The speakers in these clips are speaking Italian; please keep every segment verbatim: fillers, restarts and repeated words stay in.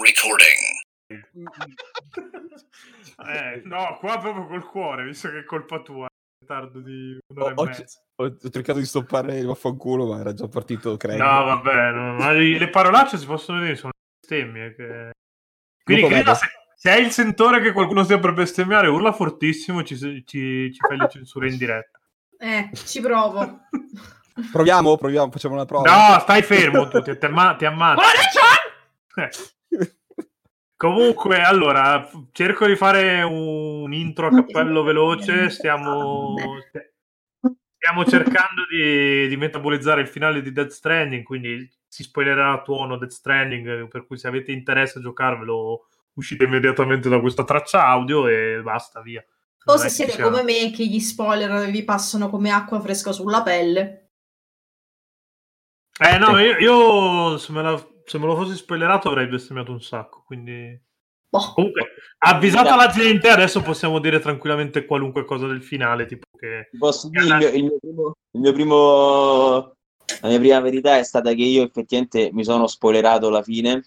recording. eh, no, qua proprio col cuore, visto che è colpa tua. Ritardo di un'ora ho, e mezza. Ho, ho cercato di stoppare il vaffanculo, ma era già partito Craig. No, vabbè, no, ma le parolacce si possono dire, sono bestemmie. Che... Quindi, Crida, se, se hai il sentore che qualcuno stia per bestemmiare, urla fortissimo, ci, ci, ci fai le censure in diretta. Eh, ci provo. Proviamo, proviamo, facciamo una prova. No, stai fermo tu, ti, ti, amma- ti ammazzo. Eh. Comunque, allora, cerco di fare un intro a cappello veloce, stiamo... Stiamo cercando di, di metabolizzare il finale di Death Stranding, quindi si spoilerà a tuono Death Stranding, per cui se avete interesse a giocarvelo uscite immediatamente da questa traccia audio e basta, via. O se siete siamo... come me che gli spoiler vi passano come acqua fresca sulla pelle. Eh no, io, io se, me la, se me lo fossi spoilerato avrei bestemmiato un sacco, quindi... Oh. Comunque, avvisata la gente, adesso possiamo dire tranquillamente qualunque cosa del finale, tipo che... Posso dire il mio, il mio primo, il mio primo la mia prima verità è stata che io effettivamente mi sono spoilerato la fine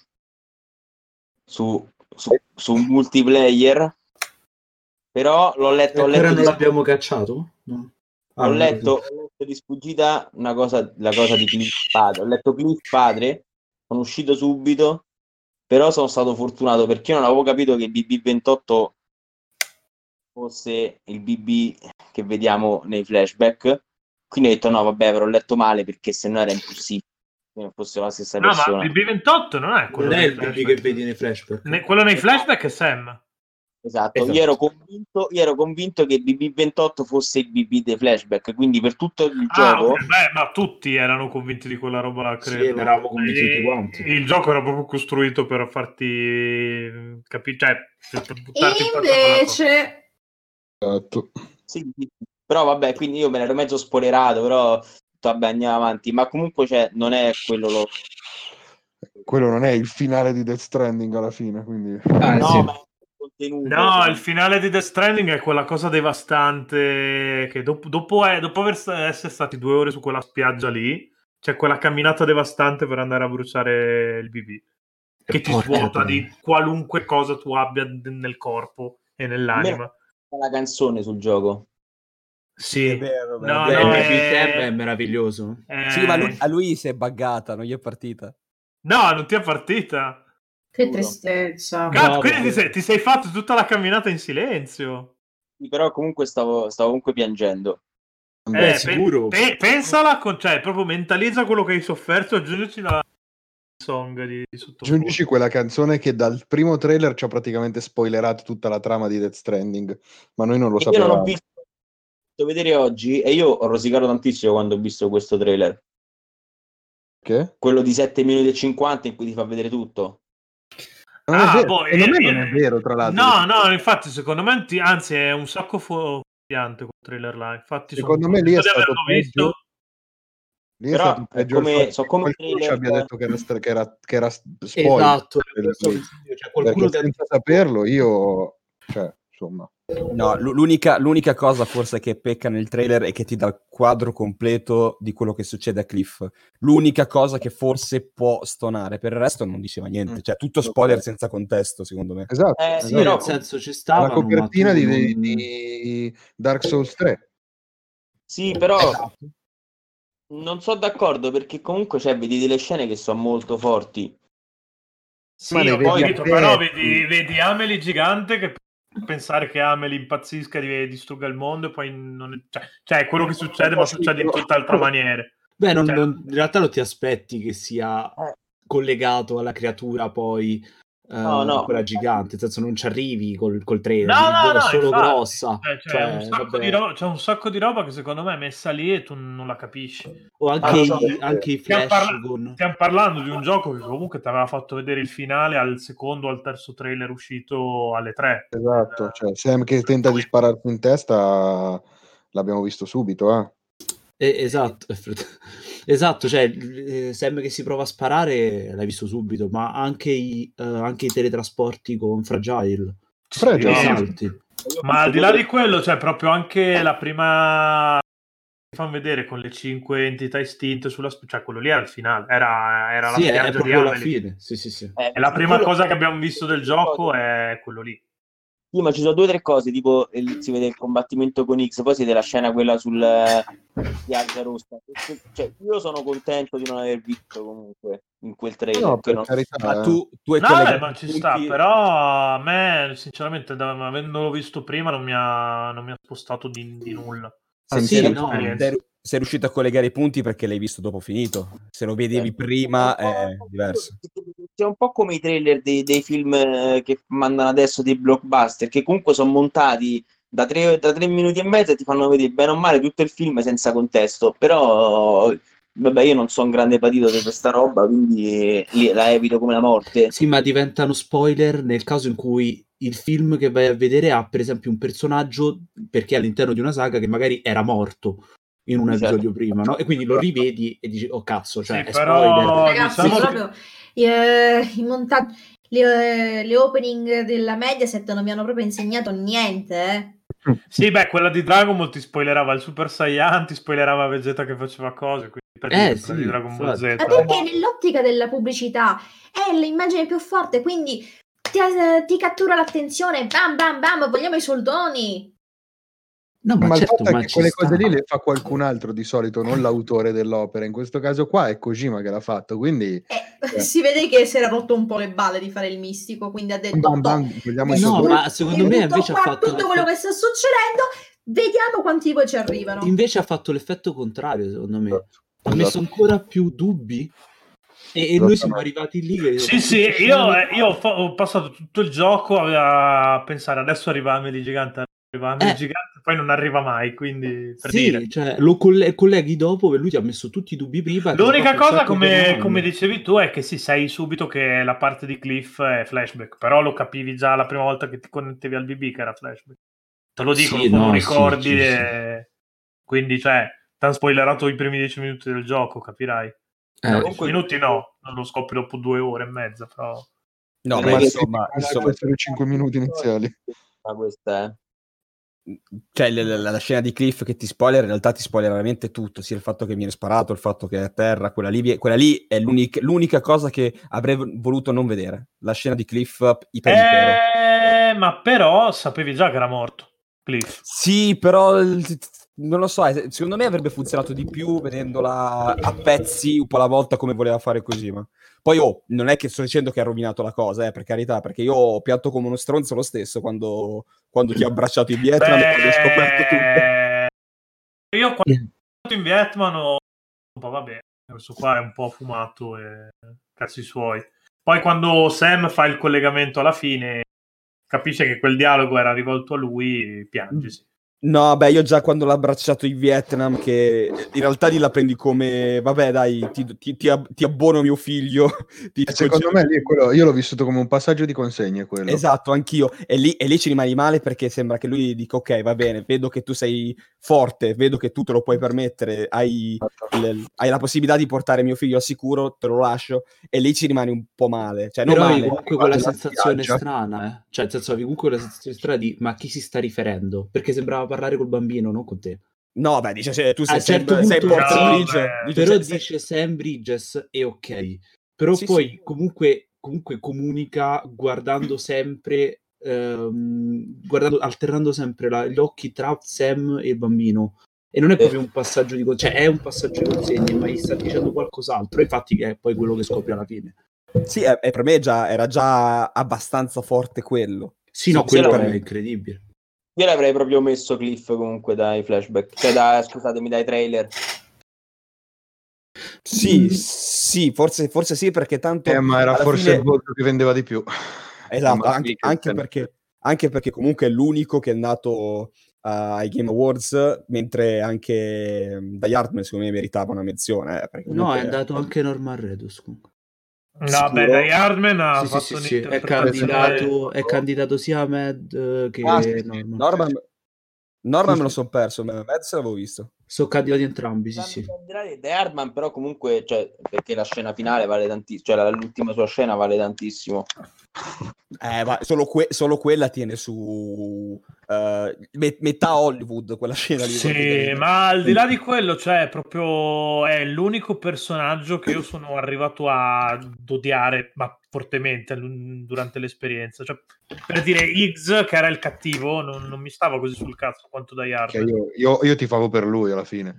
su, su, su un multiplayer, però l'ho letto... Ho letto non di... l'abbiamo cacciato? No. Ah, ho, letto, ho letto di sfuggita una cosa, la cosa di Cliff Padre. Ho letto Cliff Padre, sono uscito subito, però sono stato fortunato perché io non avevo capito che il B B ventotto fosse il B B che vediamo nei flashback, quindi ho detto no vabbè avrò letto male perché sennò era impossibile che non fosse la stessa no, persona. Ma il B B ventotto non è quello non è il flashback. B B che vedi nei flashback, ne, quello nei flashback è Sam. Esatto, esatto. Io ero convinto, io ero convinto che il B B ventotto fosse il B B dei flashback, quindi per tutto il ah, gioco... Okay. Beh, ma tutti erano convinti di quella roba là, credo. Sì, eravamo convinti e, tutti quanti. Il gioco era proprio costruito per farti capire, cioè, per buttarti in invece... Esatto. Sì, sì, però vabbè, quindi io me l'ero mezzo spoilerato, però vabbè, andiamo avanti, ma comunque cioè, non è quello lo... Quello non è il finale di Death Stranding alla fine, quindi... Ah, no, sì. ma contenuto. No, il finale di Death Stranding è quella cosa devastante che dopo, dopo, è, dopo aver essere stati due ore su quella spiaggia lì, c'è quella camminata devastante per andare a bruciare il B B, che ti svuota di qualunque cosa tu abbia nel corpo e nell'anima. C'è la canzone sul gioco. Sì, è vero, no, Beh, no, il è... è meraviglioso. È... Sì, ma lui, a lui si è buggata, non gli è partita. No, non ti è partita. Che tristezza. Cazzo, No, quindi perché... ti, sei, ti sei fatto tutta la camminata in silenzio. Sì, però comunque stavo, stavo comunque piangendo. Beh, Eh, sicuro. Pe- pe- pensala, con, cioè, proprio mentalizza quello che hai sofferto, aggiungici la song di, di sottofondo. Aggiungici quella canzone che dal primo trailer ci ha praticamente spoilerato tutta la trama di Death Stranding, ma noi non lo Io sapevamo. non ho visto vedere oggi e io ho rosicato tantissimo quando ho visto questo trailer. Che? Quello di sette minuti e cinquanta in cui ti fa vedere tutto. Non Ah, è vero, boh, secondo eh, me io- non è vero, tra l'altro. No, no, infatti, secondo me, ti- anzi, è un sacco fuorviante quel trailer là. Infatti, Secondo sono me lì è contento di stato averlo peggio. visto. Lì è Però stato è peggio il come- fatto so che come qualcuno ci trailer- abbia detto che era, stra- che era, che era spoiler. Esatto, trailer so lì. che- cioè, qualcuno Perché ti ha senza saperlo io, cioè, insomma. No, l- l'unica, l'unica cosa forse che pecca nel trailer è che ti dà il quadro completo di quello che succede a Cliff. L'unica cosa che forse può stonare, per il resto non diceva niente. Cioè, tutto spoiler senza contesto, secondo me. Esatto, Eh, Sì, però nel com- senso ci è la stavano, copertina ma tu di, non... di Dark Souls tre. sì, però Esatto. non sono d'accordo perché comunque cioè, vedi delle scene che sono molto forti. Sì, Ma ne ho vedi capito, a però pezzi. vedi, Vedi Amelie gigante che pensare che Amelie impazzisca e distrugga il mondo e poi non... Cioè, cioè, è quello che succede, ma succede in tutt'altra maniera. Beh, non, Cioè, non- in realtà non ti aspetti che sia collegato alla creatura poi eh, No, no. quella gigante, nel senso non ci arrivi col, col trailer, No, no, è no, solo infatti. grossa. Cioè, c'è, Cioè, un sacco vabbè. di ro- c'è un sacco di roba che secondo me è messa lì e tu non la capisci. O anche, Ah, lo i, so, anche i Stiamo, flash parla- con... stiamo parlando di un gioco che comunque ti aveva fatto vedere il finale al secondo o al terzo trailer uscito alle tre. Esatto, Eh, cioè Sam che tenta di spararti in testa l'abbiamo visto subito, eh. Eh, esatto, esatto, cioè eh, Sam che si prova a sparare l'hai visto subito, ma anche i, eh, anche i teletrasporti con Fragile, Fragile, i sì, salti. ma al di là di quello, cioè proprio anche la prima fanno vedere con le cinque entità estinte sulla sp- cioè quello lì era il finale, era, era Sì, la è, è spiaggia di proprio la Amelie. fine. Sì, sì, sì. Eh, E la prima quello- cosa che abbiamo visto del gioco è quello lì. Sì, ma ci sono due o tre cose, tipo il- si vede il combattimento con X, poi si vede la scena quella sul eh, spiaggia rossa. Cioè, io sono contento di non aver visto comunque in quel trailer. No, che per non- carità. Ma tu, tu hai No, vabbè, collegato ma i ci sta, punti- però a me sinceramente da- avendolo visto prima non mi ha, non mi ha spostato di, di nulla. sei, Sì, sei- no. sei- sei riuscito a collegare i punti perché l'hai visto dopo finito. Se lo vedevi Certo. prima È un è po'- diverso. È un po' come i trailer dei, dei film eh, che mandano adesso dei blockbuster, che comunque sono montati da tre, da tre minuti e mezzo e ti fanno vedere bene o male tutto il film senza contesto. Però, vabbè, io non sono un grande patito di questa roba, quindi li- la evito come la morte. Sì, ma diventano spoiler nel caso in cui il film che vai a vedere ha, per esempio, un personaggio, perché è all'interno di una saga, che magari era morto in un Sì, certo. episodio prima, no? E quindi lo rivedi e dici, oh cazzo, cioè, Sì, è però spoiler. Ragazzi, diciamo che- proprio eh, i montaggi, le, le opening della Mediaset non mi hanno proprio insegnato niente, eh. Sì, beh, quella di Dragon Ball ti spoilerava il Super Saiyan, ti spoilerava Vegeta che faceva cose, quindi per Eh, dire, quella sì, di Dragon Ball Z. infatti. Ma perché nell'ottica della pubblicità è l'immagine più forte, quindi ti, ti cattura l'attenzione, bam bam bam, vogliamo i soldoni. No, ma, Ma il certo, fatto è ma che ci quelle sta. cose lì le fa qualcun altro di solito, non l'autore dell'opera. In questo caso qua è Kojima che l'ha fatto, quindi Eh, si vede che si era rotto un po' le balle di fare il mistico, quindi ha detto bam, bam, "Toh, vogliamo i visto No, soldoni". ma secondo che me tutto invece ha qua, fatto tutto quello che sta succedendo, vediamo quanti di voi ci arrivano. Invece ha fatto l'effetto contrario, secondo me. Esatto, Ha messo esatto. ancora più dubbi e, e noi siamo arrivati lì che Sì, sì, io, eh, io ho, fa- ho passato tutto il gioco a pensare adesso arriva Amelie Gigante, arriva Amelie Eh. Gigante, poi non arriva mai, quindi per Sì, dire. cioè, lo colle- colleghi dopo che lui ti ha messo tutti i dubbi prima. ti L'unica sblocca un cosa, sacco di come, domande. come dicevi tu, è che sì, sai subito che la parte di Cliff è flashback, però lo capivi già la prima volta che ti connettevi al B B che era flashback. Te lo dicono, Sì, tu non no, ricordi, sì, sì, sì. e... quindi, cioè, ti hanno spoilerato i primi dieci minuti del gioco, capirai. Eh, No, comunque- dieci minuti no, non lo scopri dopo due ore e mezza, però... No, Eh, beh, ma che- insomma, insomma, i cinque minuti iniziali. Ma questa è... cioè la, la- la scena di Cliff che ti spoiler, in realtà ti spoiler veramente tutto, sia il fatto che viene sparato, il fatto che è a terra, quella lì, vie- quella lì è l'unica, l'unica cosa che avrei voluto non vedere, la scena di Cliff per intero. Eh, ma però sapevi già che era morto, Cliff. Sì, però il- non lo so, eh, secondo me avrebbe funzionato di più vedendola a pezzi un po' alla volta come voleva fare Kojima. Poi oh, non è che sto dicendo che ha rovinato la cosa, eh, per carità, perché io ho pianto come uno stronzo lo stesso quando, quando ti ho abbracciato in Vietnam e quando ho scoperto tutto. Io quando sono stato in Vietnam ho un po' vabbè, questo qua è un po' fumato e cazzi suoi. Poi quando Sam fa il collegamento alla fine, capisce che quel dialogo era rivolto a lui, piange, sì. No, beh, io già quando l'ho abbracciato in Vietnam, che in realtà lì la prendi come, vabbè dai, ti, ti, ti, ab- ti abbono mio figlio. Ti Secondo me lì è quello, io l'ho vissuto come un passaggio di consegne quello. Esatto, anch'io. E lì, e lì ci rimani male perché sembra che lui dica, ok, va bene, vedo che tu sei forte, vedo che tu te lo puoi permettere, hai, il- hai la possibilità di portare mio figlio al sicuro, te lo lascio, e lì ci rimani un po' male. Cioè, non Però avevi male. comunque quella Guarda, la sensazione spiaggia. strana, eh? Cioè, nel senso, avevi comunque quella sensazione strana di ma a chi si sta riferendo? Perché sembrava parlare col bambino, non con te. No, beh, dice, se tu A sei, un certo sei, sei punto- Porter No, Bridge, beh. dice, Però sei- sei- dice Sam Bridges e ok. Però Sì, poi sì. comunque, comunque comunica guardando sempre, ehm, guardando, alternando sempre la- gli occhi tra Sam e il bambino. E non è proprio un passaggio di consegne, cioè è un passaggio di consegne, ma gli sta dicendo qualcos'altro. Infatti è poi quello che scopri alla fine. Sì, e e per me già, era già abbastanza forte quello. Sì, no, Sì, quello per è me. incredibile. Io l'avrei proprio messo Cliff comunque dai flashback, cioè da, scusatemi, dai trailer. Sì, Mm. sì, forse, forse sì, perché tanto... Eh, ma era alla forse fine- il volto che vendeva di più. Esatto, Ma anche, sì, che- anche perché, anche perché comunque è l'unico che è nato uh, ai Game Awards, mentre anche um, Die Hardman secondo me meritava una menzione. Eh, perché No, comunque... è andato anche Norman Reedus comunque. No, Sicuro? beh, dai, Hardman ha Sì, sì, fatto sì, sì, è un'interpretazione... candidato, è candidato sia a Mad eh, che Ah, sì, sì. Norman. Norman, Norman Sì, me lo sì. sono perso, ma Mads l'avevo visto. Sono candidati entrambi, sì, sì. The Hardman però comunque, cioè, perché la scena finale vale tantissimo, cioè la- l'ultima sua scena vale tantissimo. Eh, ma solo, que- solo quella tiene su uh, me- metà Hollywood, quella scena lì. Sì, ma al di là di quello, cioè, proprio è l'unico personaggio che io sono arrivato ad odiare, ma fortemente l- durante l'esperienza. Cioè, per dire, Higgs, che era il cattivo, non, non mi stava così sul cazzo quanto Die Hard. Che io, io, io tifavo per lui alla fine.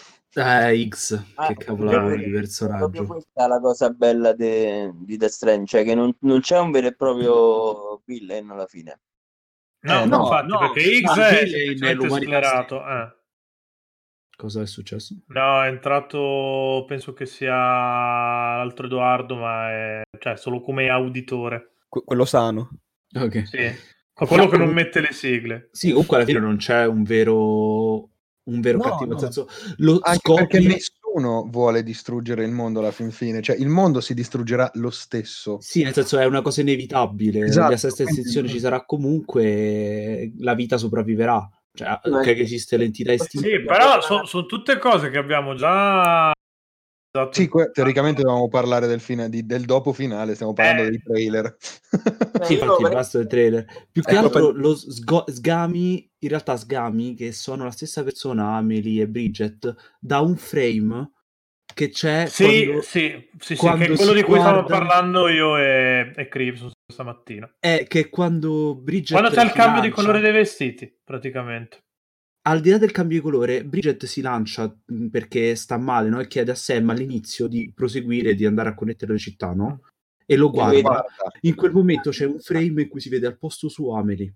Eh, X, Ah, che cavolata no, di è proprio personaggio. questa la cosa bella de- di Death Stranding, cioè che non, non c'è un vero e proprio villain alla fine. No, Eh, no, no, infatti, no, perché Higgs no, è villain semplicemente nell'umanità sclerato. stessa. Eh. Cosa è successo? No, è entrato, penso che sia l'altro Edoardo, ma è cioè, solo come auditore. Que- quello sano. Ok. Sì, quello No, che non comunque- mette le sigle. Sì, comunque alla fine non c'è un vero un vero No, cattivo, no. nel senso lo Anche perché scopri. nessuno vuole distruggere il mondo alla fin fine, cioè il mondo si distruggerà lo stesso. Sì, nel senso è una cosa inevitabile. Esatto, Nella sesta quindi- estinzione ci sarà comunque, la vita sopravviverà. Cioè, Ma- che esiste l'entità estinta. Sì, però sono tutte cose che abbiamo già dato Sì, in- que- teoricamente dovevamo parlare del, fine, di- del dopo finale, stiamo parlando Eh. dei trailer. Sì, io infatti per- basta il trailer. Più che Ecco, altro per- lo sgo- Sgami, in realtà Sgami, che sono la stessa persona, Amelie e Bridget, da un frame che c'è Sì, quando, sì, sì, sì, quando che è quello si di cui stavamo guardano- parlando io e, e Cribs stamattina. è che quando Bridget Quando c'è il si cambio di lancia- colore dei vestiti, praticamente. al di là del cambio di colore, Bridget si lancia mh, perché sta male, no? E chiede a Sam all'inizio di proseguire, di andare a connettere le città, no? E lo Sì, guarda. Guarda, In quel momento c'è un frame in cui si vede al posto su Amelie.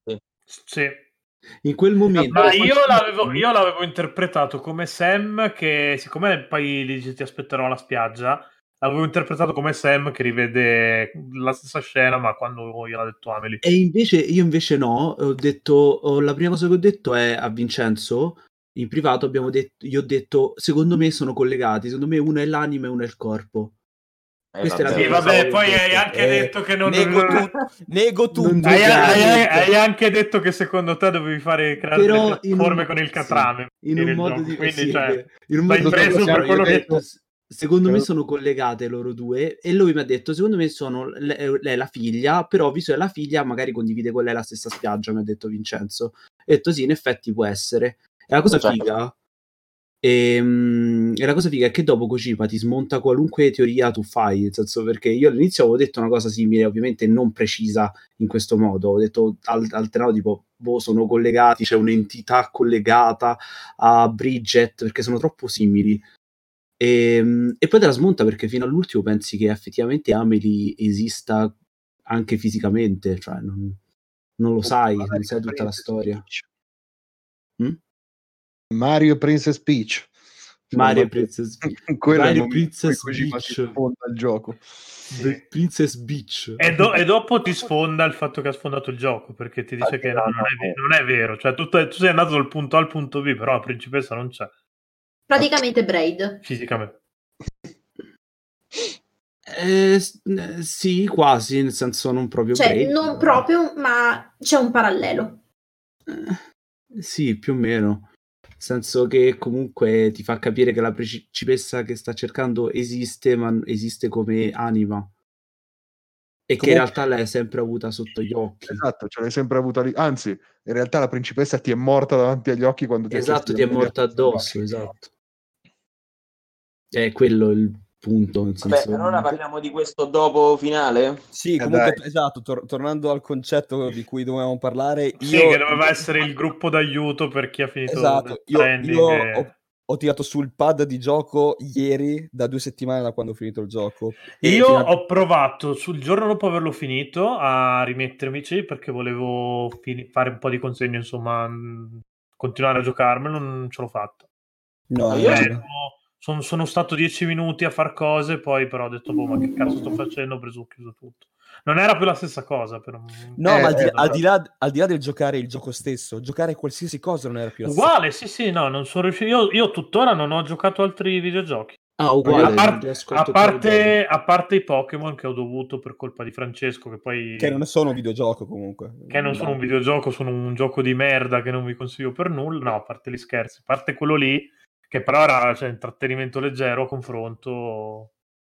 Sì. In quel momento... Ma io l'avevo, io l'avevo interpretato come Sam che, siccome poi gli dice ti aspetterò alla spiaggia, l'avevo interpretato come Sam che rivede la stessa scena, ma quando gliel'ha detto Amelie. E invece io invece no, ho detto, ho- la prima cosa che ho detto è a Vincenzo, in privato abbiamo detto, gli ho detto, secondo me sono collegati, secondo me uno è l'anima e uno è il corpo. Eh, Questa è la vabbè. Sì, prima cosa vabbè, che ho poi hai detto. anche Eh, detto che non... nego, tu- nego tutto. Non Hai, negare. hai- veramente. hai anche detto che secondo te dovevi fare creare Però delle in piattaforme un, con il sì, catrame in un nel modo gioco, di, quindi sì, è cioè, vero. In un stai modo preso diverso, per no, quello io ho che... detto, s- secondo me Credo- sono collegate loro due e lui mi ha detto secondo me sono lei, lei è la figlia, però visto che è la figlia magari condivide con lei la stessa spiaggia, mi ha detto Vincenzo. Ho detto sì, in effetti può essere. E la cosa Cioè- figa ehm, e la cosa figa è che dopo Kojima ti smonta qualunque teoria tu fai, nel senso, perché io all'inizio avevo detto una cosa simile, ovviamente non precisa in questo modo, ho detto al- alternato tipo boh, sono collegati, c'è un'entità collegata a Bridget perché sono troppo simili. E, e poi te la smonta perché fino all'ultimo pensi che effettivamente Amelie esista anche fisicamente, cioè non, non lo sai, non sai tutta la Princess storia. Peach. Mm? Mario e Princess Peach. Mario e Finalmente- Princess Quello è il Mario momento in cui Princess Kojima si Peach. sfonda il gioco. The Princess Beach. E, do- e dopo ti sfonda il fatto che ha sfondato il gioco, perché ti dice che no, non è, ve- non è vero, cioè tu, tu sei andato dal punto A al punto B, però la principessa non c'è Praticamente Braid. fisicamente. Eh, s- eh, sì, quasi, nel senso non proprio Cioè, Braid, non però- proprio, ma c'è un parallelo. Eh, sì, più o meno. Nel senso che comunque ti fa capire che la principessa che sta cercando esiste, ma esiste come anima. E che in Comunque- realtà l'hai sempre avuta sotto gli occhi. Esatto, ce l'hai sempre avuta lì. Anzi, in realtà la principessa ti è morta davanti agli occhi quando ti ha Esatto, chiesto ti è di andare morta a addosso, esatto. È quello il punto, nel Vabbè, senso... allora parliamo di questo dopo finale? Sì, Eh, comunque, dai. esatto, tor- tornando al concetto di cui dovevamo parlare, Sì, io... che doveva essere il gruppo d'aiuto per chi ha finito Esatto, Death io, Stranding io e- ho, ho tirato sul pad di gioco ieri, da due settimane da quando ho finito il gioco. E Io fino a- ho provato sul giorno dopo averlo finito a rimettermici perché volevo fini- fare un po' di consegno, insomma, mh, continuare a giocarmelo, non ce l'ho fatto. No, io- no, Eh, no. son- sono stato dieci minuti a far cose, poi però ho detto, boh, ma che cazzo sto facendo? Ho preso, ho chiuso tutto. Non era più la stessa cosa. Per... No, Eh, ma al di, eh, al di là, al di là del giocare il gioco stesso, giocare qualsiasi cosa non era più la stessa. Uguale, sì, sì, no, non sono riuscito. Io, io tuttora non ho giocato altri videogiochi. Ah, A, uguale, par- non riesco a a toccare il parte, a parte i Pokémon che ho dovuto per colpa di Francesco, che poi Che non sono un videogioco comunque. che non sono un videogioco, sono un gioco di merda che non vi consiglio per nulla. No, a parte gli scherzi, a parte quello lì, che però era cioè, intrattenimento leggero a confronto.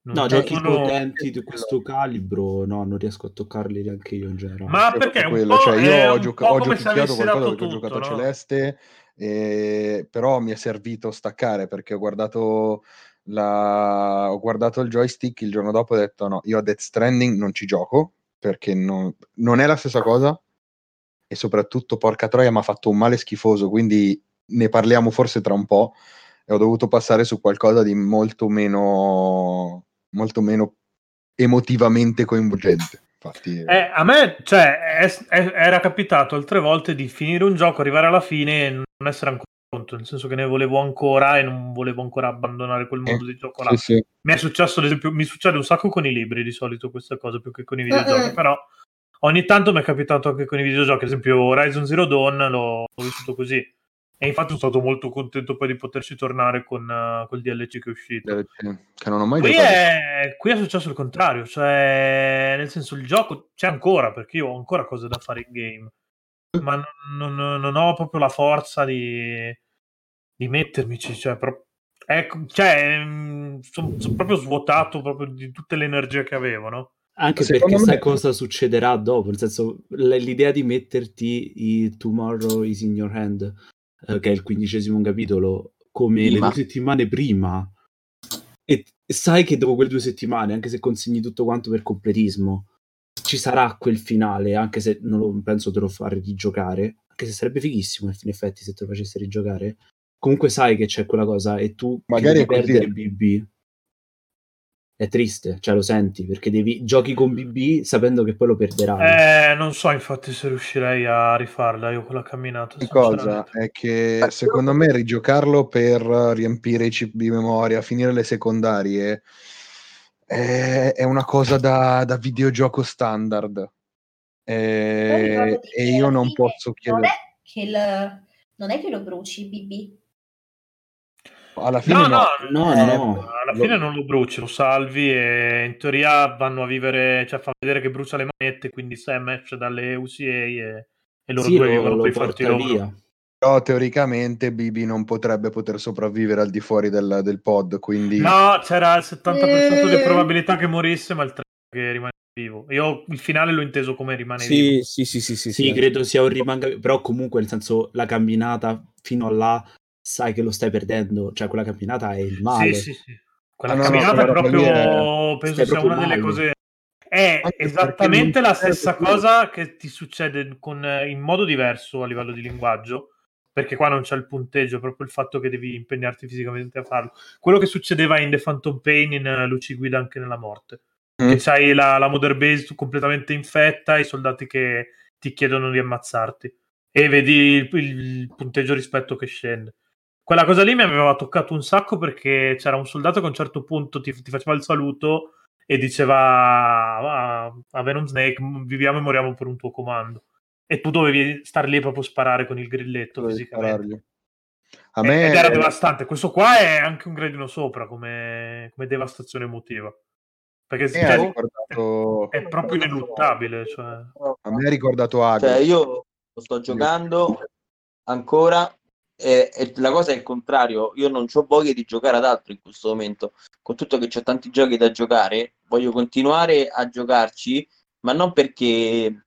Non No, non giochi sono- potenti di questo calibro, no, non riesco a toccarli neanche io in generale. Ma È perché è un quello, po', cioè, io è ho, un gioca- po' ho come se giochicchiato avessi qualcosa dato perché ho tutto, giocato a no? Celeste, e- però mi è servito staccare perché ho guardato, la... ho guardato il joystick il giorno dopo e ho detto no, io a Death Stranding non ci gioco perché non, non è la stessa cosa e soprattutto porca troia mi ha fatto un male schifoso, quindi ne parliamo forse tra un po' e ho dovuto passare su qualcosa di molto meno, molto meno emotivamente coinvolgente. Infatti, Eh, a me, cioè, è- è- era capitato altre volte di finire un gioco, arrivare alla fine e non essere ancora pronto, nel senso che ne volevo ancora e non volevo ancora abbandonare quel mondo di gioco là. sì, sì. Mi è successo, ad esempio, mi succede un sacco con i libri di solito questa cosa, più che con i videogiochi, Mm-mm. però ogni tanto mi è capitato anche con i videogiochi, ad esempio Horizon Zero Dawn l'ho, l'ho vissuto così. E infatti sono stato molto contento poi di poterci tornare con uh, col D L C che è uscito. Eh, che non ho mai Qui giocato. è, qui è successo il contrario, cioè nel senso il gioco c'è ancora perché io ho ancora cose da fare in game, ma non, non- non ho proprio la forza di, di mettermici, cioè, pro- ecco, cioè sono proprio svuotato proprio di tutte le energie che avevo, no? Anche Secondo perché me- sai cosa succederà dopo, nel senso l- l'idea di metterti i Tomorrow is in your hand, eh, che è il quindicesimo capitolo, come Prima. le due settimane prima, e sai che dopo quelle due settimane, anche se consegni tutto quanto per completismo, ci sarà quel finale, anche se non lo, penso te lo fare rigiocare, anche se sarebbe fighissimo in effetti se te lo facessi rigiocare, comunque sai che c'è quella cosa e tu Magari devi è così, perdere eh. B B. È triste, cioè lo senti, perché devi giochi con B B sapendo che poi lo perderai. Eh, non so infatti se riuscirei a rifarla io quella camminata, Una cosa sinceramente. è che secondo me rigiocarlo per riempire i chip di memoria, finire le secondarie, è, è una cosa da, da videogioco standard. Però Eh, ricordati e che io alla non fine posso non chiedere. è che, il, non è che lo bruci B B. Alla fine No, no. No, Eh, no. alla lo- fine non lo bruci, lo salvi e in teoria vanno a vivere, cioè fa vedere che brucia le manette, quindi Sam esce dalle U C A e, e loro Sì, due lo, vivono lo per i fatti porta loro. via. Però teoricamente Bibi non potrebbe poter sopravvivere al di fuori del, del pod, quindi No, c'era il settanta per cento di Mm. probabilità che morisse, ma il trenta per cento che rimane vivo. Io il finale l'ho inteso come rimane vivo. Sì, sì, sì, sì, sì, Sì, sì. credo sia un rimanga, però comunque nel senso la camminata fino a là sai che lo stai perdendo, cioè quella camminata è il Sì, male. sì, sì. Quella Ah, no, no, camminata quella è roba lì è- proprio, penso Stai sia proprio una delle male. cose. È Anche perché non esattamente la ti serve stessa più. cosa che ti succede con, in modo diverso a livello di linguaggio, perché qua non c'è il punteggio, è proprio il fatto che devi impegnarti fisicamente a farlo. Quello che succedeva in The Phantom Pain in eh, Luci Guida anche nella morte. Mm. Che c'hai la, la Mother Base completamente infetta, i soldati che ti chiedono di ammazzarti e vedi il, il punteggio rispetto che scende. Quella cosa lì mi aveva toccato un sacco perché c'era un soldato che a un certo punto ti, ti faceva il saluto e diceva ah, a Venom Snake viviamo e moriamo per un tuo comando e tu dovevi star lì proprio sparare con il grilletto Dovevi fisicamente. sparargli. A E- me ed era devastante. Questo qua è anche un gradino sopra come, come devastazione emotiva perché me ha cioè, ricordato è, è proprio ineluttabile, cioè. a me ha ricordato Hades. Cioè, io lo sto giocando ancora e, e la cosa è il contrario. Io non ho voglia di giocare ad altro in questo momento. Con tutto che c'ho tanti giochi da giocare, voglio continuare a giocarci, ma non perché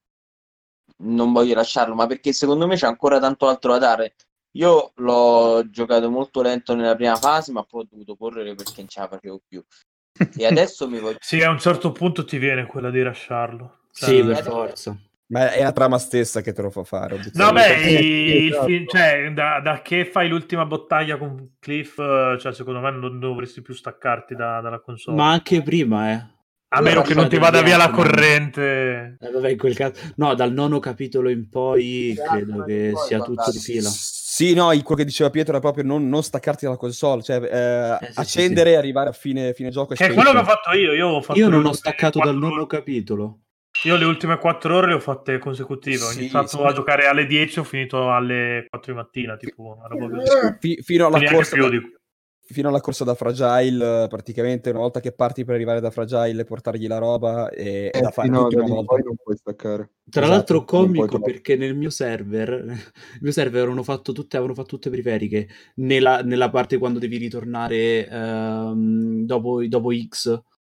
non voglio lasciarlo, ma perché secondo me c'è ancora tanto altro da dare. Io l'ho giocato molto lento nella prima fase, ma poi ho dovuto correre perché non ce la facevo più. E adesso mi voglio... Sì, a un certo punto ti viene quella di lasciarlo. Cioè, Sì, per adesso- forza. Ma è la trama stessa che te lo fa fare. No, obiettivamente. beh, Sì, il esatto. film, cioè, da, da che fai l'ultima battaglia con Cliff, eh, cioè, secondo me non dovresti più staccarti da- dalla console. Ma anche prima, eh. A meno che non ti vada via la corrente. Eh, vabbè, in quel caso... No, dal nono capitolo in poi credo che sia tutto di fila. Sì, no, il- quello che diceva Pietro era proprio non, non staccarti dalla console, cioè eh, Eh, sì, accendere sì, e arrivare a fine, fine gioco e Che è quello che ho spegnere. fatto io. Io ho fatto Io le non ho ultime staccato dal quattro nono ore. capitolo. Io le ultime quattro ore le ho fatte consecutive. Ho Sì, iniziato sì. a giocare alle dieci, ho finito alle quattro di mattina, tipo una roba così. Fi- fino alla Neanche corsa più da, di... fino alla corsa da Fragile, eh, praticamente una volta che parti per arrivare da Fragile e portargli la roba è, è Eh, da sì, fare no, tutto da una lì in volta. poi non puoi staccare. Tra Esatto, l'altro non puoi comico tornare. perché nel mio server, il mio server avevano fatto tutte, avevano fatto tutte periferiche nella, nella parte quando devi ritornare ehm, dopo, dopo X,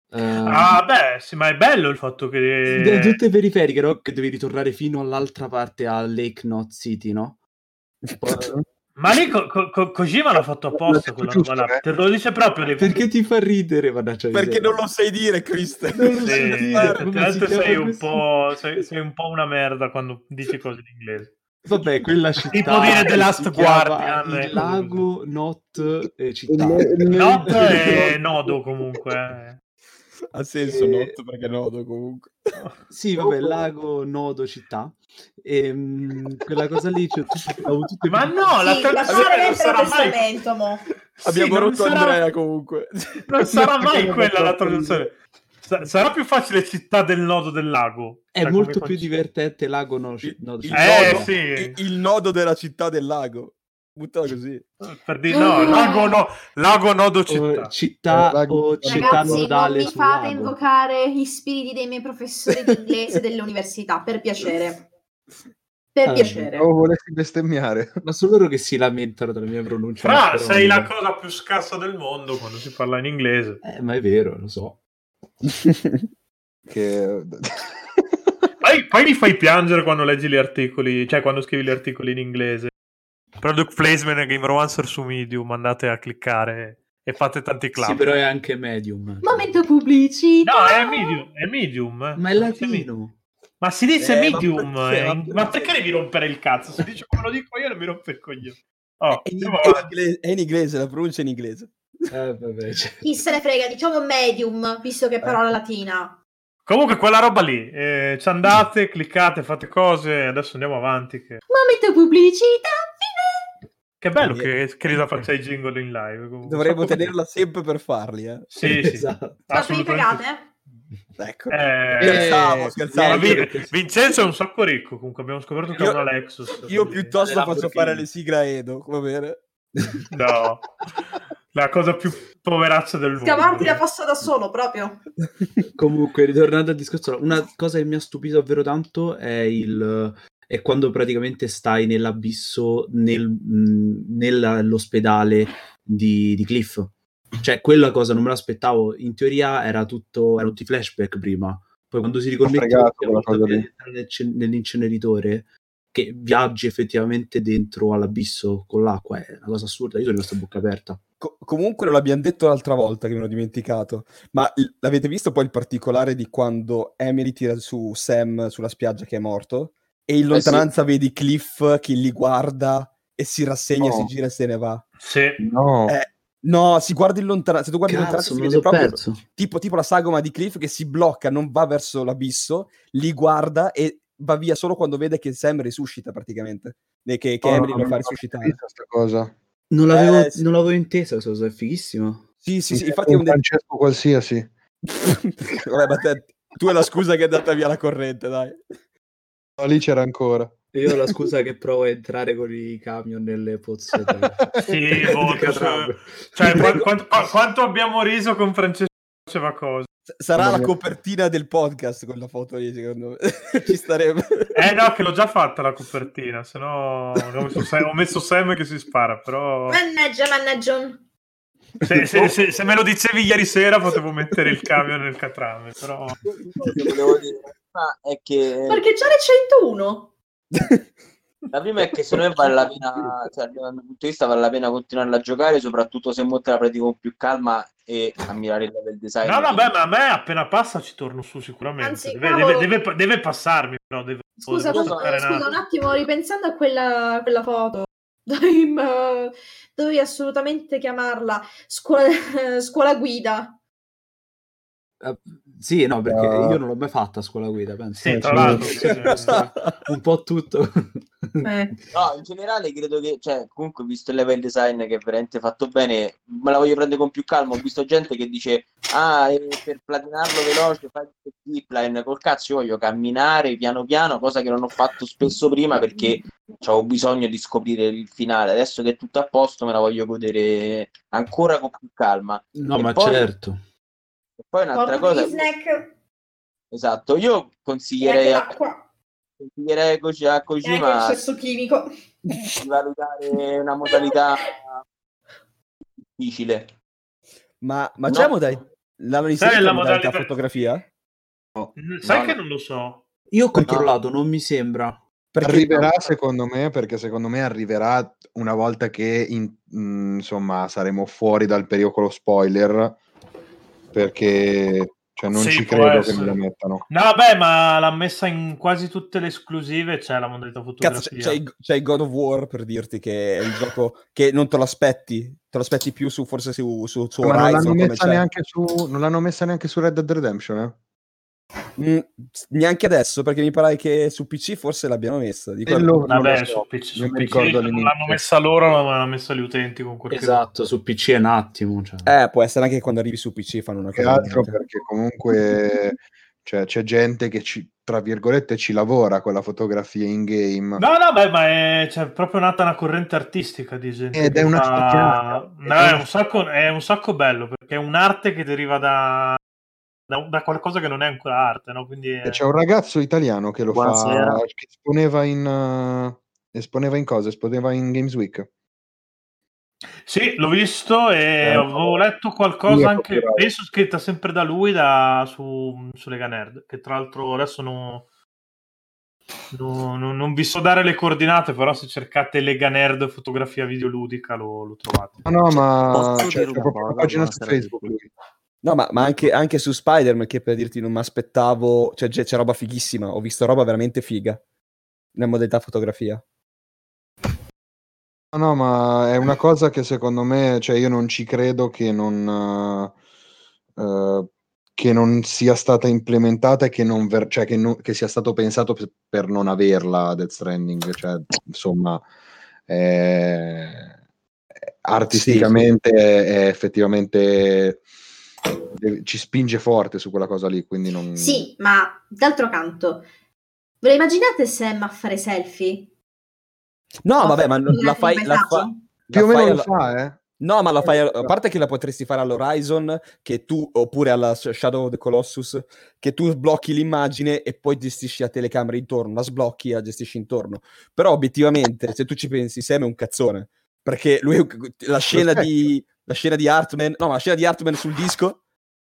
Uh, ah, beh, sì, ma è bello il fatto che... Tutte periferiche, no? Che devi ritornare fino all'altra parte, a Lake Knot City, no? Poi... Ma lì Ko- Ko- Kojima l'ha fatto apposta quella roba là. Te lo dice proprio lì. Perché ti fa ridere? Perché non lo sai dire, Cristian. Non lo Sì, sai dire. effettivamente sei un po' sei, sei un po' una merda quando dici cose in inglese. Vabbè, quella città tipo dire The Last si chiama Guardian, il lago Not eh, città. Not è nodo comunque. eh. Ha senso, E- Not, perché nodo comunque. Sì, vabbè, lago, nodo, città. E mh, quella cosa lì c'è tutte, avevo tutte Ma più- no, la Sì, tra- lasciare non lettera sarà mai testamento, mo. Sì, Abbiamo non rotto sarà- Andrea comunque. Non sarà mai Perché quella la troppo traduzione. Sa- Sarà più facile città del nodo del lago. È Cioè, molto come più concetto. divertente lago, no, Il, nodo, il città. Eh, nodo, sì. il, il nodo della città del lago. Buttala così. Per dire, no, lago, no, lago nodo O città. città Eh, lago- o città Ragazzi, non nodale mi sul fate lago. invocare gli spiriti dei miei professori di inglese delle università, per piacere. Per Ah, piacere. Oh, volessi bestemmiare. Ma sono loro che si lamentano della mia pronuncia. Fra, però- sei la cosa più scarsa del mondo quando si parla in inglese. Eh, ma è vero, lo so. Che... Poi, poi mi fai piangere quando leggi gli articoli, cioè quando scrivi gli articoli in inglese. Product placement e Game Romancer su Medium, andate a cliccare e fate tanti clap. Sì, però è anche medium. Momento pubblicità. No, è Medium, è Medium. Ma è Si dice Medium. latino. Ma si dice Eh, ma Medium. perché? eh, Ma in- perché? Ma perché devi rompere il cazzo? Si dice come lo dico io, non mi rompe il coglione. Oh, È in, andiamo è in avanti. inglese, è in inglese, la pronuncia è in inglese. Eh, vabbè, cioè. Chi se ne frega, diciamo medium, visto che è parola latina. Comunque quella roba lì, eh, ci andate, cliccate, fate cose, adesso andiamo avanti. Che, Momento pubblicità, fine. che bello Sì. che, che Rita faccia i jingle in live. comunque. Dovremmo Un sacco tenerla sempre per farli, eh. di- Sì, sì. Esatto. Quanto vi assolutamente. pagate? Ecco. Eh, scherzavo, eh, scherzavo. Ma niente, Vi- perché- Vincenzo è un sacco ricco, comunque abbiamo scoperto che Io- ha una Lexus. Io quindi- piuttosto Le faccio Lamborghini. fare le sigle a Edo, va bene? No, la cosa più poveraccia del mondo. Scavarti la fossa da solo, proprio. Comunque, ritornando al discorso, una cosa che mi ha stupito davvero tanto è il è quando praticamente stai nell'abisso nel, mh, nell'ospedale di, di Cliff. Cioè, quella cosa non me l'aspettavo. In teoria era tutto, erano tutti flashback prima. Poi quando si riconnette fregato l'ultima quella volta cosa prima lì. di entrare nel ce- nell'inceneritore, che viaggi effettivamente dentro all'abisso con l'acqua, è una cosa assurda. Io sono rimasto a bocca aperta. Co- comunque non l'abbiamo detto l'altra volta che me l'ho dimenticato, ma l- l'avete visto poi il particolare di quando Emily tira su Sam sulla spiaggia che è morto e in lontananza vedi Cliff che li guarda e si rassegna, No. si gira e se ne va. Sì. No, Eh, no, si guarda in lontananza, se tu guardi in lontananza Cazzo, si me lo vede so proprio perso. tipo, tipo la sagoma di Cliff che si blocca, non va verso l'abisso, li guarda e va via solo quando vede che Sam risuscita praticamente, e che, che no, Emily no, lo non fa ho risuscitare. visto sta cosa. Non l'avevo, Eh, sì. non l'avevo intesa, questa cosa è fighissima. Sì, sì, Mi sì, sembra infatti è un un dettaglio. Francesco qualsiasi. Vabbè, ma te, tu è la scusa che è andata via la corrente, dai. No, lì c'era ancora. Io ho la scusa che provo a entrare con i camion nelle pozze del- Sì, di boh, Catania. cioè, qua- quanto, qua- quanto abbiamo riso con Francesco che faceva cosa. S- Sarà Mamma la mia. copertina del podcast quella foto lì, secondo me. Ci starebbe. Eh no, che l'ho già fatta la copertina, se no ho messo Sam, ho messo Sam che si spara, però Mannaggia, mannaggia. se, se- se- se me lo dicevi ieri sera potevo mettere il camion nel catrame, però Quello che volevo dire prima è che Perché già le centouno. la prima è che secondo me vale la pena, cioè, dal mio punto di vista vale la pena continuare a giocare, soprattutto se molto la pratico con più calma e ammirare il level design. no, no, beh, ma a me appena passa ci torno su sicuramente. Anzi, deve, cavolo. deve, deve, deve passarmi, però deve, Scusa, devo io so- staccare eh, un scusa un attimo. attimo, ripensando a quella, quella foto, dovevi, eh, dovevi assolutamente chiamarla scuola, scuola guida. Eh, sì, no, perché Ah. io non l'ho mai fatta a scuola guida, penso. Sì, Eh, tra sì. l'altro sì, sì. Un po' tutto. Eh. No, in generale credo che, cioè, comunque visto il level design che è veramente fatto bene, me la voglio prendere con più calma. Ho visto gente che dice, ah, eh, per platinarlo veloce fai il zipline, col cazzo io voglio camminare piano piano, cosa che non ho fatto spesso prima perché avevo bisogno di scoprire il finale. Adesso che è tutto a posto me la voglio godere ancora con più calma. No, E ma poi- certo. E poi un'altra Portati cosa, gli snack esatto, io e anche consiglierei a, l'acqua consiglierei a Koji- a e anche il Kojima cesso chimico. di valutare una modalità difficile. Ma, ma No. c'è modalità, L'hanno Sai inserito la la modalità modalità- fotografia? No. Sai No, che no. non lo so. Io ho controllato, non mi sembra. Perché Arriverà secondo me, perché secondo me arriverà una volta che in- mh, insomma saremo fuori dal pericolo spoiler, perché cioè, non Sì, ci può credo che essere. non la mettano. No, beh, ma l'ha messa in quasi tutte le esclusive, c'è la modalità Cazzo, c'è, fotografia. c'è il- c'è il God of War, per dirti, che è il gioco che non te lo aspetti, te lo aspetti più su forse su, su, su Ma non l'hanno, Horizon, come messa c'è. neanche su, non l'hanno messa neanche su Red Dead Redemption, eh? Mm, neanche adesso, perché mi pare che su P C forse l'abbiano messa. Dico, Quello non lo Vabbè, so, su P C, su non mi P C ricordo se non all'inizio. l'hanno messa loro, ma l'hanno messa gli utenti con quel che- Esatto, su P C è un attimo. Cioè. Eh, può essere anche che quando arrivi su P C fanno una Che cosa altro bianca. perché comunque cioè, c'è gente che ci, tra virgolette ci lavora con la fotografia in game. No, no, beh, ma è c'è proprio nata una corrente artistica di gente Ed che è una fa... stupidata. No, Ed è, è una un sacco, è un sacco bello, perché è un'arte che deriva da, da, da qualcosa che non è ancora arte, no? Quindi è- C'è un ragazzo italiano che lo Buonasera. fa, che esponeva in, uh, esponeva in cosa? Esponeva in Games Week. Sì, l'ho visto e Eh, avevo letto lui qualcosa è anche, copyright. penso scritta sempre da lui da, su, su Lega Nerd, che tra l'altro adesso non, non, non- non vi so dare le coordinate, però se cercate Lega Nerd fotografia videoludica lo, lo trovate. No, no, ma Posso cioè, dire c'è una proprio una cosa? pagina su Buonasera a Facebook tutti. lui. No, ma, ma anche, anche su Spider-Man, che per dirti non mi aspettavo, cioè c'è, c'è roba fighissima, ho visto roba veramente figa nella modalità fotografia. No, no, ma è una cosa che secondo me, cioè io non ci credo che non, eh, eh, che non sia stata implementata e che, non ver- cioè, che, non- che sia stato pensato per, per non averla Death Stranding. Cioè, insomma, eh, artisticamente È, è effettivamente deve- ci spinge forte su quella cosa lì, quindi non... Sì, ma d'altro canto, ve lo immaginate Sam a fare selfie? No, O vabbè, a ma fare la il fai, la fa- paesaggio? Più la o meno fai lo alla- fa, eh? No, ma la fai, a parte che la potresti fare all'Horizon, che tu, oppure alla Shadow of the Colossus, che tu sblocchi l'immagine e poi gestisci la telecamera intorno, la sblocchi e la gestisci intorno. Però obiettivamente, se tu ci pensi, Sam è un cazzone, perché lui, è un- la scena di, la scena di Hartman, no, ma la scena di Hartman sul disco,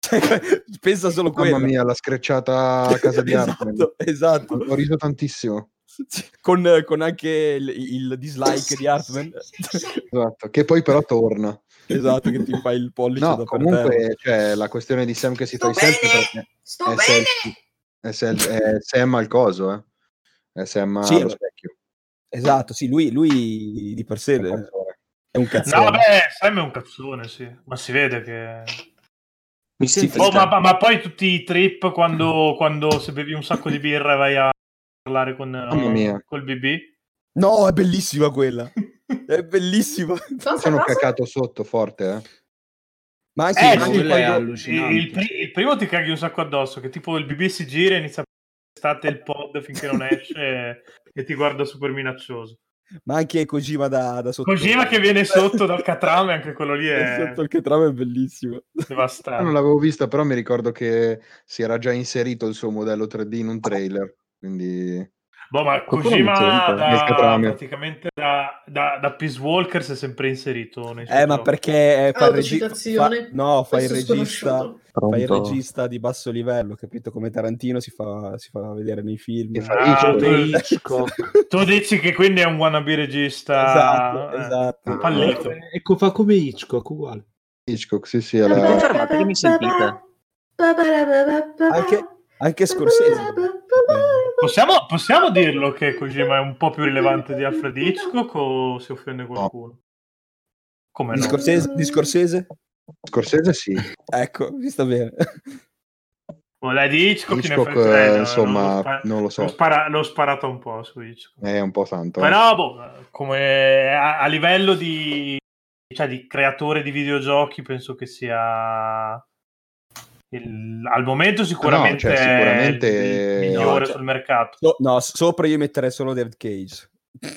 pensa solo Mamma quella. mia, la screcciata a casa di Hartman. Esatto, esatto. Ho, ho riso tantissimo. Con, con anche il, il dislike di Hartman. Esatto, che poi però torna. Esatto, che ti fai il pollice No, da per comunque c'è la questione di Sam che si fa Sto i selfie bene! perché Sto è, bene! selfie, è, sel- è Sam al coso, eh. È Sam Sì, allo beh. specchio. Esatto, sì, lui, lui di per sé È un è cazzone. un No, cazzone. vabbè, Sam è un cazzone, sì, ma si vede che... Mi Sì, sentite? Oh, ma, ma- ma poi tutti i trip quando, quando se bevi un sacco di birra e vai a parlare con Mamma mia. uh, col B B. No, è bellissima quella. È bellissima. Cosa, Sono cosa? cacato sotto forte, eh. Ma anche, Eh ma no, anche sì, quella è quando... allucinante. il, il pri- il primo ti caghi un sacco addosso, che tipo il B B si gira e inizia a state il pod finché non esce e, e ti guarda super minaccioso. ma anche Kojima da, da sotto. Kojima che viene sotto dal catrame, anche quello lì è Sotto il catrame è bellissimo. Ah, non devastante. l'avevo vista, però mi ricordo che si era già inserito il suo modello tre D in un trailer, quindi Boh, ma Qualcuno mi Kojima sente? nel da, catrame. praticamente da, da, da Peace Walker si è sempre inserito nei suoi Eh, ma giochi. perché fa il regi- fa- Autocitazione. no, fa il Questo regista, sconosciuto. fa il Pronto? regista di basso livello, capito? Come Tarantino si fa, si fa vedere nei film. E fa Ah, Hitchcock. tu, Come Hitchcock. tu dici che quindi è un wannabe regista Esatto, eh, esatto. fallito. Ecco, fa come Hitchcock, uguale. Hitchcock, sì, sì, è Mi la... confermate che mi sentite? Anche, anche Scorsese. Possiamo, possiamo dirlo che Kojima è un po' più rilevante di Alfred Hitchcock o si offende qualcuno? Come Di no? Scorsese? Di Scorsese? Scorsese sì. Ecco, mi sta bene. Oh, dai, di Hitchcock, in Hitchcock, effetti, eh, eh, no, insomma, l'ho, spa- non lo so. l'ho spara- l'ho sparato un po' su Hitchcock. È un po' tanto. eh. Però, boh, come a, a livello di, cioè, di creatore di videogiochi, penso che sia il- al momento sicuramente, cioè, sicuramente- il migliore No, cioè- sul mercato. So- no, s- sopra io metterei solo David Cage.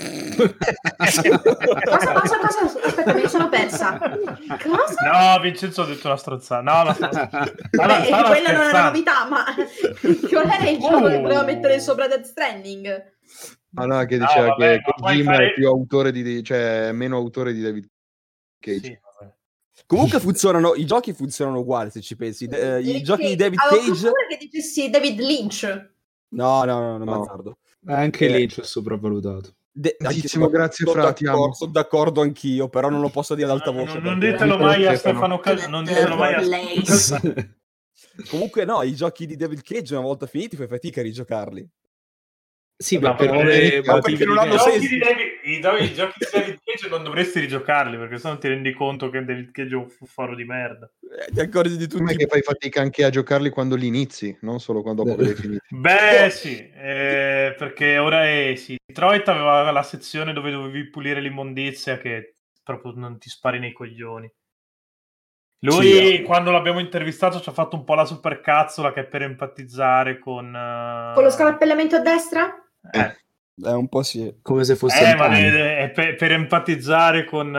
Cosa, cosa, cosa? Aspetta, mi sono persa. Cosa? No, Vincenzo ha detto una stronzata. No, no, stava, stava, Vabbè, stava quella non è una scherzando. novità, ma qual era il gioco che Oh. voleva mettere sopra Death Stranding? Ah, no, che No, diceva vabbè, che ma puoi Kojima fare- è più autore di, cioè, è meno autore di David Cage. Sì, vabbè. Comunque funzionano, i giochi funzionano uguali se ci pensi. De- eh, I David giochi di Cage. David Avevo Cage... paura che dicessi David Lynch. No, no, no, no, No. Mazzardo. Anche Eh, Lynch è sopravvalutato. De- anche- Tantissimo, sono- grazie, sono fra, ti d'accordo- amo. Sono d'accordo anch'io, però non lo posso dire ad alta voce. Non, non perché- ditelo mai a Stefano. Stefano Cal- non ditelo mai a Place. Comunque no, i giochi di David Cage una volta finiti fai fatica a rigiocarli. Sì, No, ma per perché- due ma motivi perché non hanno I diversi. giochi, senso. di David, i, do- i giochi di David Cage non dovresti rigiocarli perché sennò ti rendi conto che David Cage è un fuffaro di merda. Eh, ti accorgi di Come tutti. che fai fatica anche a giocarli quando li inizi, non solo quando dopo che li hai finiti. Beh, sì, eh, perché ora è sì. Detroit aveva la sezione dove dovevi pulire l'immondizia che proprio non ti spari nei coglioni. Lui, Sì, quando l'abbiamo intervistato, ci ha fatto un po' la supercazzola che è per empatizzare con... eh, Con lo scarpellamento a destra? Eh, È un po' sì. Come se fosse eh, un ma cane. è, è per, per empatizzare con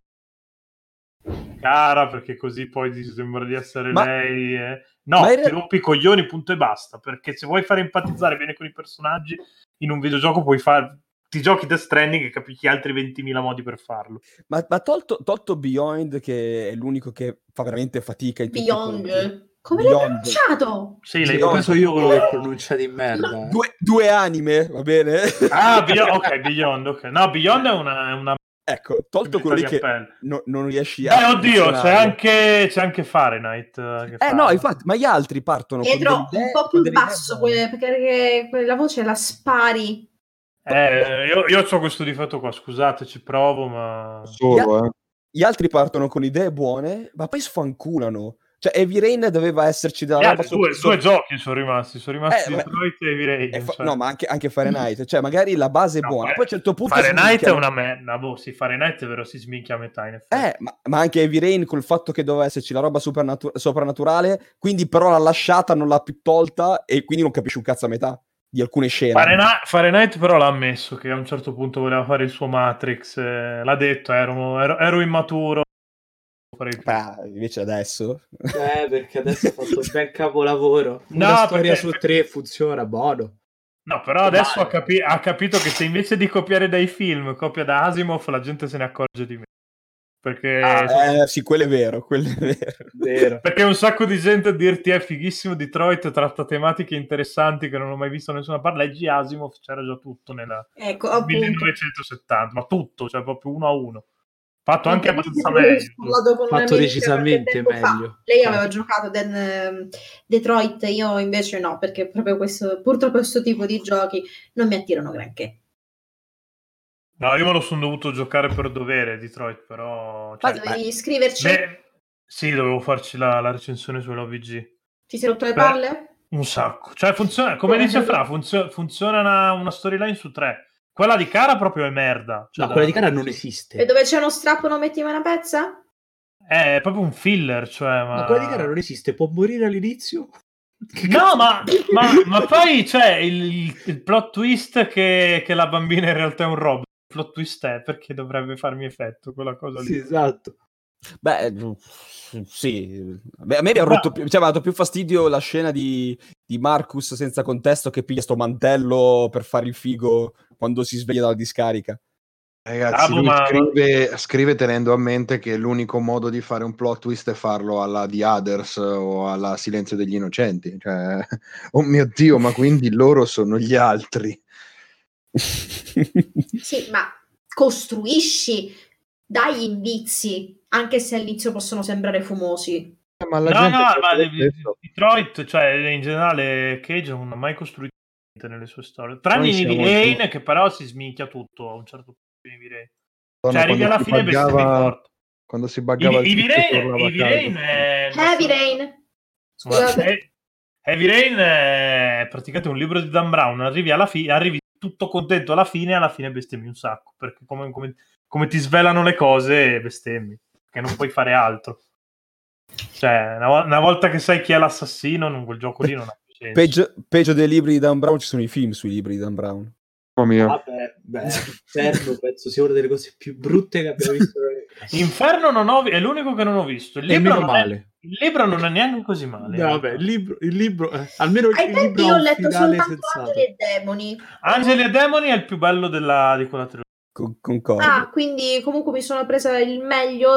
Cara, perché così poi ti sembra di essere Ma- lei. eh. No, ma in ti real- rompi i coglioni, punto e basta. Perché se vuoi fare empatizzare bene con i personaggi, in un videogioco puoi fare. Ti giochi Death Stranding e capisci altri ventimila modi per farlo. Ma, ma tolto, tolto Beyond, che è l'unico che fa veramente fatica in tutti i conti. Beyond. Come l'hai Beyond. pronunciato? Sì, l'hai Beyond. Penso io quello che pronuncia di merda. eh. Due, due anime, va bene? Ah, Beyond, ok, Beyond, ok. No, Beyond è una, è una Ecco, tolto quello lì di che appello. no- non riesci Beh, a... oddio, c'è funzionare. anche, c'è anche Fahrenheit. eh, Che Eh fa- no, infatti, ma gli altri partono Pietro, con delle un idee- po' con più delle idee basso, buone. que- perché quella voce la spari. Eh, io, io ho questo difetto qua, scusate, ci provo, ma... Solo, eh. Gli altri partono con idee buone, ma poi sfanculano. Cioè, Heavy Rain doveva esserci della Gli roba altri due, sopra- due giochi sono rimasti, sono rimasti Eh, ma- Detroit e Heavy Rain. e fa- cioè. No, ma anche, anche Fahrenheit. Cioè, magari la base è No, buona, Fahre- poi a un certo punto... Fahrenheit è sminchiano. una merda, boh, sì, Fahrenheit è vero, si sminchia a metà in effetti. Eh, ma, ma anche Heavy Rain col fatto che doveva esserci la roba supernatu- soprannaturale, quindi però l'ha lasciata, non l'ha più tolta e quindi non capisci un cazzo a metà di alcune scene. Fahrenheit, Fahrenheit però l'ha ammesso che a un certo punto voleva fare il suo Matrix, eh, l'ha detto, ero, ero, ero immaturo. farei più. Ah, invece adesso... Eh, perché adesso ha fatto un bel capolavoro. No, Una storia perché- su tre funziona, buono. No, però adesso Vale. ha, capi- ha capito che se invece di copiare dai film copia da Asimov, la gente se ne accorge di meno. Perché, Ah, eh, sì, quello è vero, quello è vero. Vero. perché un sacco di gente a dirti è fighissimo Detroit, tratta tematiche interessanti che non ho mai visto da nessuna parte. Leggi Asimov, c'era già tutto nella Ecco, appunto. millenovecentosettanta, ma tutto, cioè proprio uno a uno. Fatto anche Ovviamente abbastanza avevo meglio. parlato con Fatto un'amica decisamente qualche tempo fa. meglio. Lei aveva giocato Den- ehm, Detroit, io invece no, perché proprio questo, purtroppo questo tipo di giochi non mi attirano granché. No, io me lo sono dovuto giocare per dovere Detroit, però... Ma Cioè, dovevi iscriverci? beh, sì, dovevo farci la, la recensione sull'O V G. Ti sei rotto le Beh, palle? Un sacco. Cioè, funziona, come Come? dice Fra, funzio- funziona una, una storyline su tre. Quella di Cara proprio è merda. Cioè, No, quella da- di cara non E esiste. dove c'è uno strappo non metti mai una pezza? È proprio un filler, cioè... Ma... No, quella di cara non esiste. Può morire all'inizio? Che No, cazzo- ma, ma, ma poi c'è il, il plot twist che, che la bambina in realtà è un robot. Il plot twist è perché dovrebbe farmi effetto quella cosa lì. Sì, esatto. Beh, sì. Beh, a me mi ha rotto più, cioè, mi ha dato più fastidio la scena di, di Marcus senza contesto che piglia sto mantello per fare il figo quando si sveglia dalla discarica. Ragazzi, Ah, boh, lui ma- scrive, scrive tenendo a mente che l'unico modo di fare un plot twist è farlo alla The Others o alla Silenzio degli Innocenti. Cioè, oh mio Dio, ma quindi loro sono gli altri. Sì, ma costruisci, dai indizi, anche se all'inizio possono sembrare fumosi. Ma la No, gente no, fa ma lo de- stesso. Detroit, cioè in generale Cage non ha mai costruito niente nelle sue storie. Tranne Noi in siamo Heavy tutti- Rain, che però si sminchia tutto a un certo punto in Heavy Rain. Madonna, Cioè arrivi quando alla si fine e bestemmi buggava- forte. Quando si buggava Heavy, il Heavy tizio che Rain, urlava Heavy caldo. Rain è... Heavy Rain. Ma- Scusate. eh, Heavy Rain è praticamente un libro di Dan Brown. Arrivi alla fine, arrivi tutto contento alla fine e alla fine bestemmi un sacco. Perché come, come, come ti svelano le cose, bestemmi. Perché non puoi fare altro. Cioè, una, vo- una volta che sai chi è l'assassino, non, quel gioco lì non ha più senso. Peggio, peggio dei libri di Dan Brown ci sono i film sui libri di Dan Brown. Oh mio. Vabbè, beh, Inferno penso sia una delle cose più brutte che abbiamo visto. Inferno non ho vi- è l'unico che non ho visto. Il E libro, meno non è, male. il libro non è neanche così male. No, vabbè, il libro, il libro eh, almeno Ai il tempi libro io ha ho un letto finale soltanto sensato. Angeli e Demoni. Angeli e Demoni è il più bello della, di quella trilogia. Con- concordo. Ah, quindi comunque mi sono presa il meglio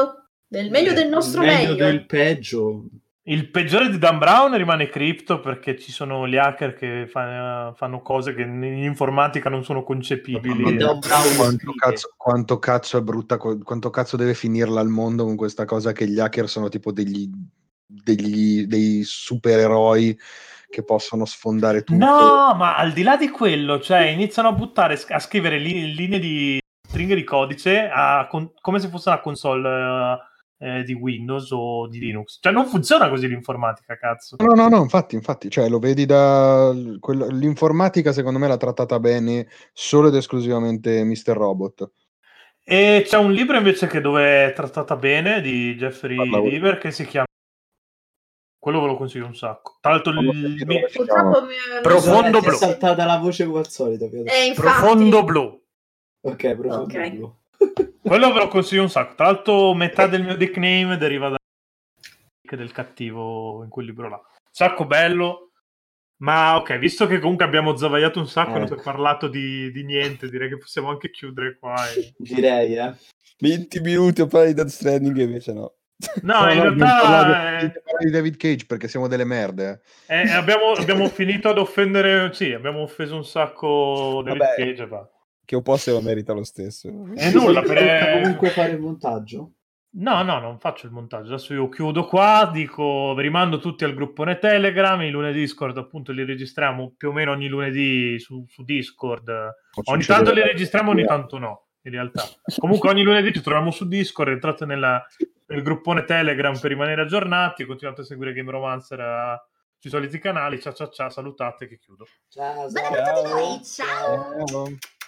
Del meglio del nostro il meglio, meglio. del peggio. Il peggiore di Dan Brown rimane Crypto, perché ci sono gli hacker che fa- fanno cose che in informatica non sono concepibili. E Dan Brown Quanto scrive. cazzo, quanto cazzo è brutta, co- quanto cazzo deve finirla al mondo con questa cosa che gli hacker sono tipo degli, degli dei supereroi che possono sfondare tutto. No, ma al di là di quello, cioè iniziano a buttare, a scrivere li- linee di stringhe di codice a con- come se fosse una console eh, di Windows o di Linux. Cioè non funziona così l'informatica, cazzo. No, no, no, infatti, infatti, cioè lo vedi da quello- l'informatica secondo me l'ha trattata bene solo ed esclusivamente mister Robot. E c'è un libro invece che dove è trattata bene di Jeffrey Parlavo- Deaver che si chiama, quello ve lo consiglio un sacco. Tra l'altro Non ho il sentito mi- come si Purtroppo mi... Profondo Ti è blu. saltata la voce come al solito, Pietro. Eh, infatti. Profondo blu. Ok, profondo Ok. blu. Quello ve lo consiglio un sacco. Tra l'altro metà del mio nickname deriva da del cattivo in quel libro là. Sacco bello. Ma ok, visto che comunque abbiamo zavaiato un sacco e non si è Ecco. parlato di, di niente, direi che possiamo anche chiudere qua. E... Direi, eh. venti minuti a parlare di Death Stranding e invece no. No, in dobbiamo realtà parlare eh, di, parlare di David Cage perché siamo delle merde. eh, abbiamo, abbiamo finito ad offendere, sì, abbiamo offeso un sacco David Vabbè. Cage. Va. Che un po' se lo merita lo stesso. E nulla, per... Tocca comunque fare il montaggio. No, no, non faccio il montaggio. Adesso io chiudo qua, dico, vi rimando tutti al gruppone Telegram, i lunedì Discord appunto li registriamo più o meno ogni lunedì su, su Discord. Ogni succede- tanto li registriamo, ogni tanto no, in realtà. Comunque ogni lunedì ci troviamo su Discord, entrate nella, nel gruppone Telegram per rimanere aggiornati, continuate a seguire Game Romancer a- sui soliti canali. Ciao ciao ciao, salutate che chiudo. Ciao, Benvenuti a noi, ciao. Ciao.